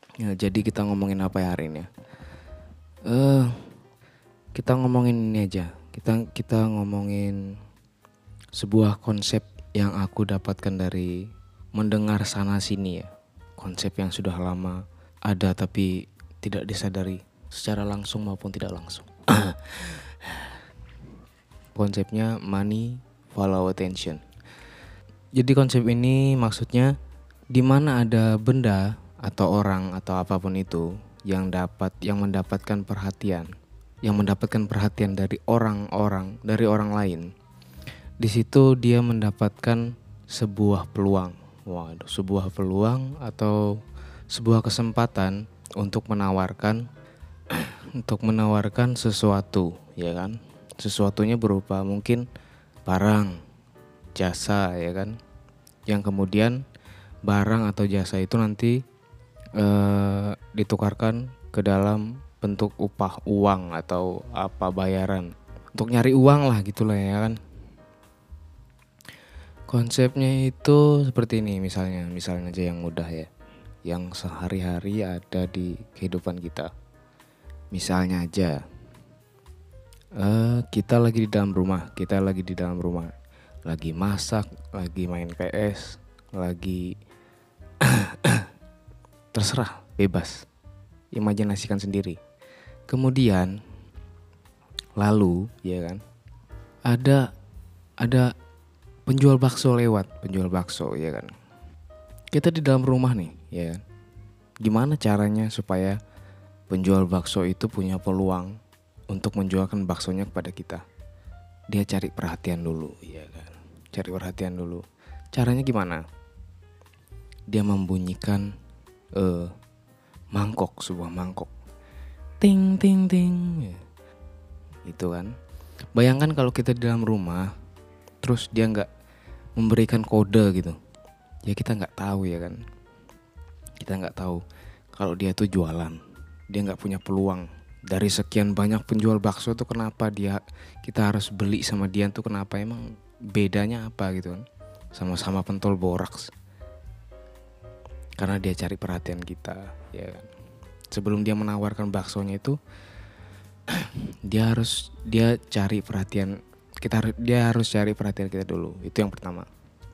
Ya, jadi kita ngomongin apa ya hari ini ya? Eh, kita ngomongin ini aja. Kita ngomongin sebuah konsep yang aku dapatkan dari mendengar sana sini ya. Konsep yang sudah lama ada tapi tidak disadari secara langsung maupun tidak langsung. Konsepnya money follow attention. Jadi konsep ini maksudnya di mana ada benda atau orang atau apapun itu yang mendapatkan perhatian dari orang lain. Di situ dia mendapatkan sebuah peluang. Waduh, sebuah peluang atau sebuah kesempatan untuk menawarkan sesuatu, ya kan? Sesuatunya berupa mungkin barang, jasa, ya kan? Yang kemudian barang atau jasa itu nanti ditukarkan ke dalam bentuk upah uang atau apa bayaran untuk nyari uang lah gitulah ya kan. Konsepnya itu seperti ini, misalnya aja yang mudah ya, yang sehari-hari ada di kehidupan kita. Misalnya aja kita lagi di dalam rumah, lagi masak, lagi main PS, lagi terserah, bebas, imajinasikan sendiri. Kemudian lalu ya kan, ada penjual bakso ya kan. Kita di dalam rumah nih ya kan. Gimana caranya supaya penjual bakso itu punya peluang untuk menjualkan baksonya kepada kita? Dia cari perhatian dulu ya kan. Caranya gimana? Dia membunyikan sebuah mangkok. Ting ting ting. Ya. Itu kan. Bayangkan kalau kita di dalam rumah terus dia nggak memberikan kode gitu. Ya kita nggak tahu ya kan. Kita nggak tahu kalau dia tuh jualan. Dia nggak punya peluang. Dari sekian banyak penjual bakso tuh kenapa kita harus beli sama dia tuh, kenapa, emang bedanya apa gitu kan? Sama-sama pentol boraks. Karena dia cari perhatian kita, ya kan. Sebelum dia menawarkan baksonya itu dia harus cari perhatian kita dulu. Itu yang pertama.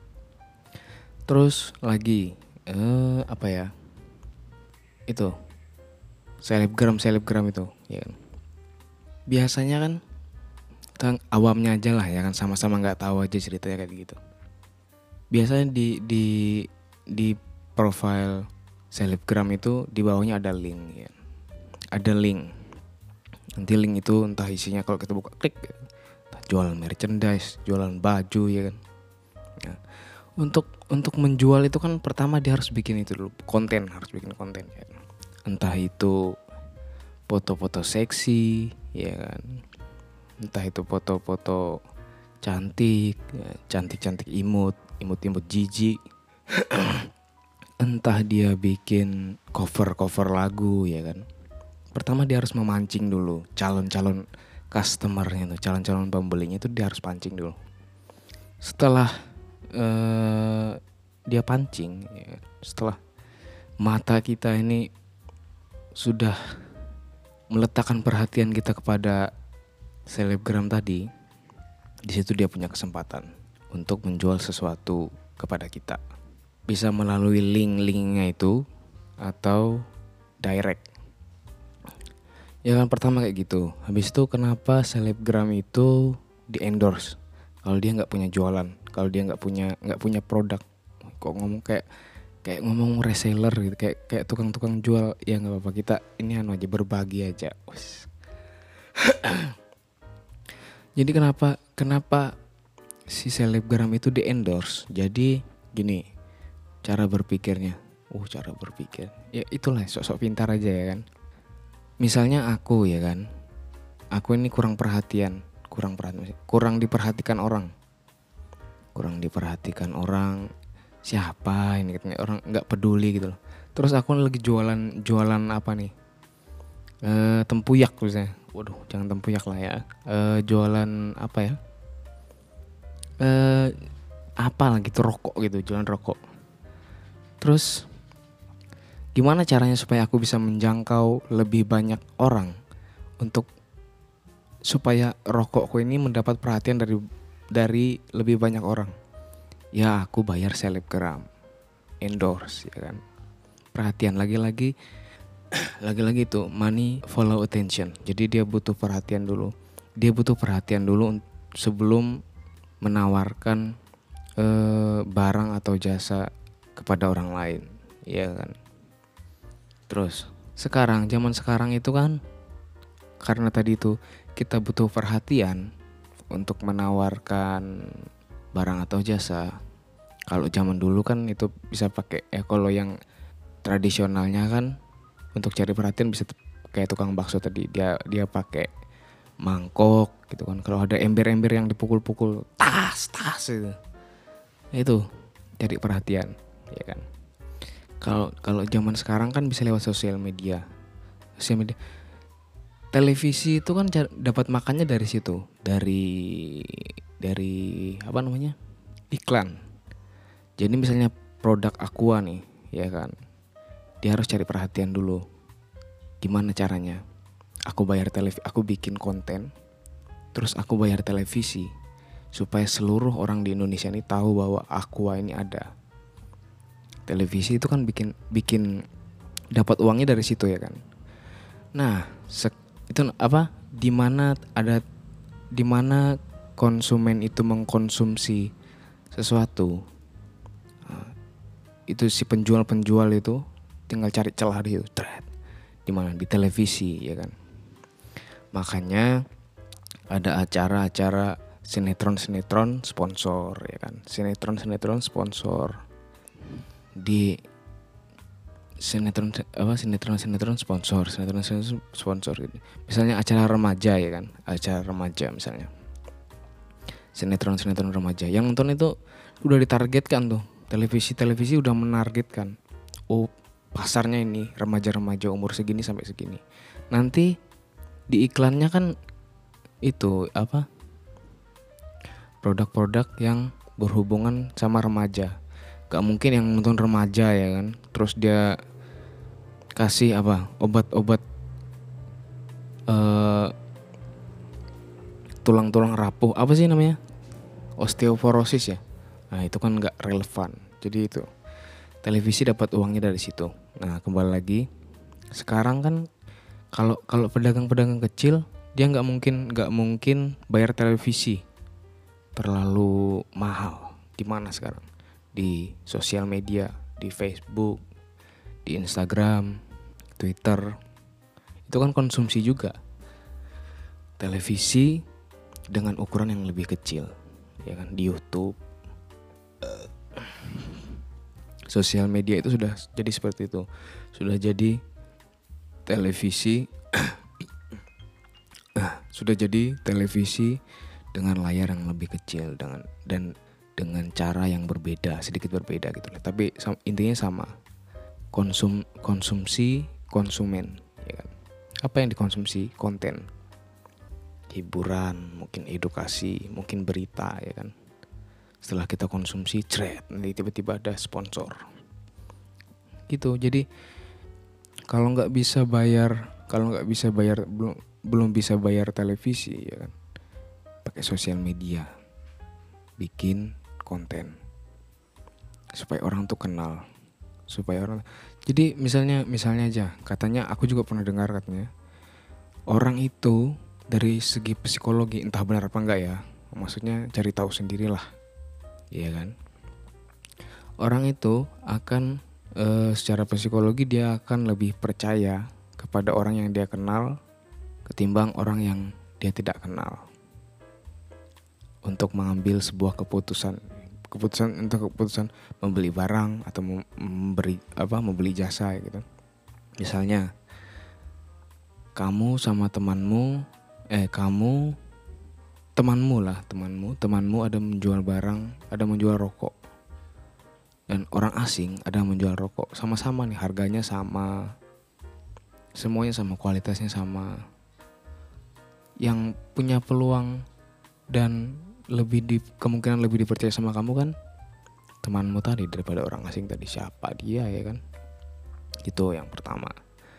Terus lagi apa ya? Itu selebgram itu, ya kan. Biasanya kan kita awamnya aja lah ya kan, sama-sama nggak tahu aja ceritanya kayak gitu. Biasanya di profile selebgram itu di bawahnya ada link ya. Ada link. Nanti link itu entah isinya, kalau kita buka klik entah jualan merchandise, jualan baju ya kan. Nah, untuk menjual itu kan pertama dia harus bikin itu dulu, harus bikin konten ya. Entah itu foto-foto seksi ya kan. Entah itu foto-foto cantik, ya, cantik-cantik imut jijik. Entah dia bikin cover lagu ya kan. Pertama dia harus memancing dulu calon-calon customernya tuh, calon-calon pembelinya itu dia harus pancing dulu. Setelah dia pancing ya, setelah mata kita ini sudah meletakkan perhatian kita kepada selebgram tadi, di situ dia punya kesempatan untuk menjual sesuatu kepada kita. Bisa melalui link-linknya itu atau direct. Ya kan, pertama kayak gitu. Habis itu kenapa selebgram itu di endorse? Kalau dia nggak punya jualan, kalau dia nggak punya produk, kok ngomong kayak ngomong reseller gitu, kayak tukang-tukang jual. Ya nggak apa-apa, kita ini aja, berbagi aja. Jadi kenapa si selebgram itu di endorse? Jadi gini cara berpikirnya. Cara berpikir. Ya itulah, sok-sok pintar aja ya kan. Misalnya aku ya kan, aku ini kurang diperhatikan orang, siapa ini katanya, orang nggak peduli gitu loh. Terus aku lagi jualan apa nih, tempuyak misalnya. Waduh, jangan tempuyak lah ya. Jualan apa ya, apa lah gitu, rokok gitu, jualan rokok. Terus Gimana caranya supaya aku bisa menjangkau lebih banyak orang untuk supaya rokokku ini mendapat perhatian dari lebih banyak orang. Ya aku bayar selebgram, endorse ya kan. Perhatian lagi-lagi itu money follow attention. Jadi dia butuh perhatian dulu. Dia butuh perhatian dulu sebelum menawarkan barang atau jasa kepada orang lain, ya kan. Terus zaman sekarang itu kan karena tadi itu kita butuh perhatian untuk menawarkan barang atau jasa. Kalau zaman dulu kan itu bisa pakai kalau yang tradisionalnya kan untuk cari perhatian bisa kayak tukang bakso tadi, dia pakai mangkok gitu kan. Kalau ada ember-ember yang dipukul-pukul, tas itu cari perhatian, ya kan. Kalau zaman sekarang kan bisa lewat sosial media. Televisi itu kan dapat makannya dari situ, dari apa namanya, iklan. Jadi misalnya produk Aqua nih, ya kan, dia harus cari perhatian dulu. Gimana caranya? Aku bikin konten, terus aku bayar televisi supaya seluruh orang di Indonesia ini tahu bahwa Aqua ini ada. Televisi itu kan bikin dapat uangnya dari situ ya kan. Nah, itu apa? Di mana konsumen itu mengkonsumsi sesuatu. Itu si penjual itu tinggal cari celah di situ. Di mana? Di televisi ya kan. Makanya ada acara-acara sinetron sponsor ya kan. Sinetron sponsor. Di sinetron sponsor gitu. Misalnya acara remaja ya kan, acara remaja misalnya. Sinetron remaja. Yang nonton itu udah ditargetkan tuh. Televisi udah menargetkan. Oh, pasarnya ini remaja-remaja umur segini sampai segini. Nanti di iklannya kan itu apa? Produk-produk yang berhubungan sama remaja. Gak mungkin yang nonton remaja ya kan, terus dia kasih apa, obat-obat tulang-tulang rapuh, apa sih namanya, osteoporosis ya. Nah itu kan gak relevan. Jadi itu televisi dapat uangnya dari situ. Nah kembali lagi, sekarang kan kalau pedagang-pedagang kecil dia nggak mungkin bayar televisi terlalu mahal. Di mana sekarang? Di sosial media, di Facebook, di Instagram, Twitter. Itu kan konsumsi juga. Televisi dengan ukuran yang lebih kecil, ya kan, di YouTube. Sosial media itu sudah jadi seperti itu. Sudah jadi televisi sudah jadi televisi dengan layar yang lebih kecil dengan cara yang berbeda, sedikit berbeda gitu. Tapi intinya sama. Konsumsi konsumen, ya kan. Apa yang dikonsumsi? Konten, hiburan, mungkin edukasi, mungkin berita, ya kan. Setelah kita konsumsi, nanti tiba-tiba ada sponsor. Gitu. Jadi kalau nggak bisa bayar, belum bisa bayar televisi, ya kan, pakai sosial media, bikin konten supaya orang tuh kenal, jadi misalnya aja, katanya aku juga pernah dengar katanya orang itu dari segi psikologi, entah benar apa enggak ya, maksudnya cari tahu sendirilah, ya kan. Orang itu akan secara psikologi dia akan lebih percaya kepada orang yang dia kenal ketimbang orang yang dia tidak kenal untuk mengambil sebuah keputusan membeli barang atau membeli jasa gitu. Misalnya kamu sama temanmu ada menjual barang, ada menjual rokok. Dan orang asing ada menjual rokok, sama-sama nih, harganya sama, semuanya sama, kualitasnya sama. Yang punya peluang dan kemungkinan lebih dipercaya sama kamu kan temanmu tadi daripada orang asing tadi. Siapa dia, ya kan? Itu yang pertama.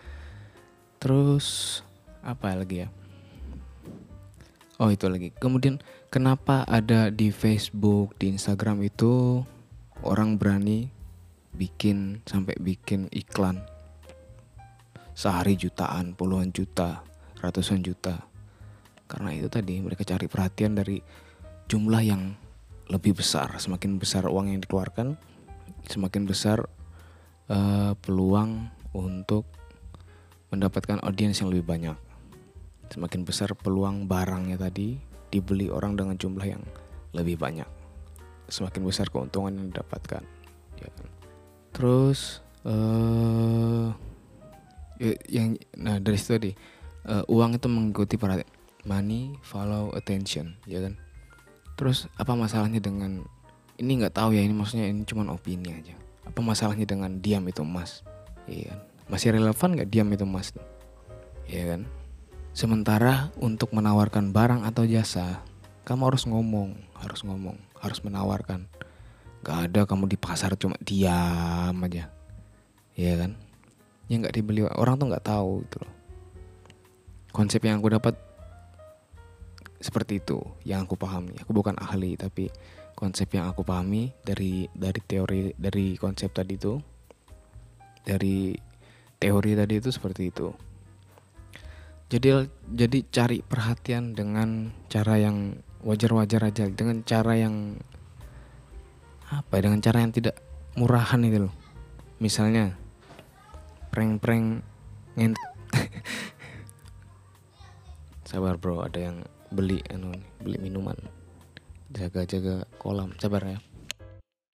Terus apa lagi ya? Oh itu lagi. Kemudian kenapa ada di Facebook, di Instagram itu orang berani sampai bikin iklan sehari jutaan, puluhan juta, ratusan juta. Karena itu tadi mereka cari perhatian dari jumlah yang lebih besar. Semakin besar uang yang dikeluarkan, semakin besar peluang untuk mendapatkan audiens yang lebih banyak. Semakin besar peluang barangnya tadi dibeli orang dengan jumlah yang lebih banyak, semakin besar keuntungan yang didapatkan, ya kan? Terus dari situ tadi uang itu mengikuti perhatian, money follow attention, ya kan? Terus apa masalahnya dengan ini? Nggak tahu ya, ini maksudnya ini cuma opini aja. Apa masalahnya dengan diam itu emas? Iya kan? Masih relevan nggak diam itu emas? Iya kan? Sementara untuk menawarkan barang atau jasa, kamu harus ngomong, harus menawarkan. Gak ada kamu di pasar cuma diam aja, ya kan? Yang gak dibeli orang tuh gak tahu gitu loh. Konsep yang aku dapat seperti itu, yang aku pahami. Aku bukan ahli, tapi konsep yang aku pahami dari teori, dari konsep tadi itu, dari teori tadi itu seperti itu. Jadi cari perhatian dengan cara yang wajar-wajar aja, dengan cara yang dengan cara yang tidak murahan itu loh. Misalnya prank sabar bro, ada yang beli minuman, jaga kolam, sabar ya.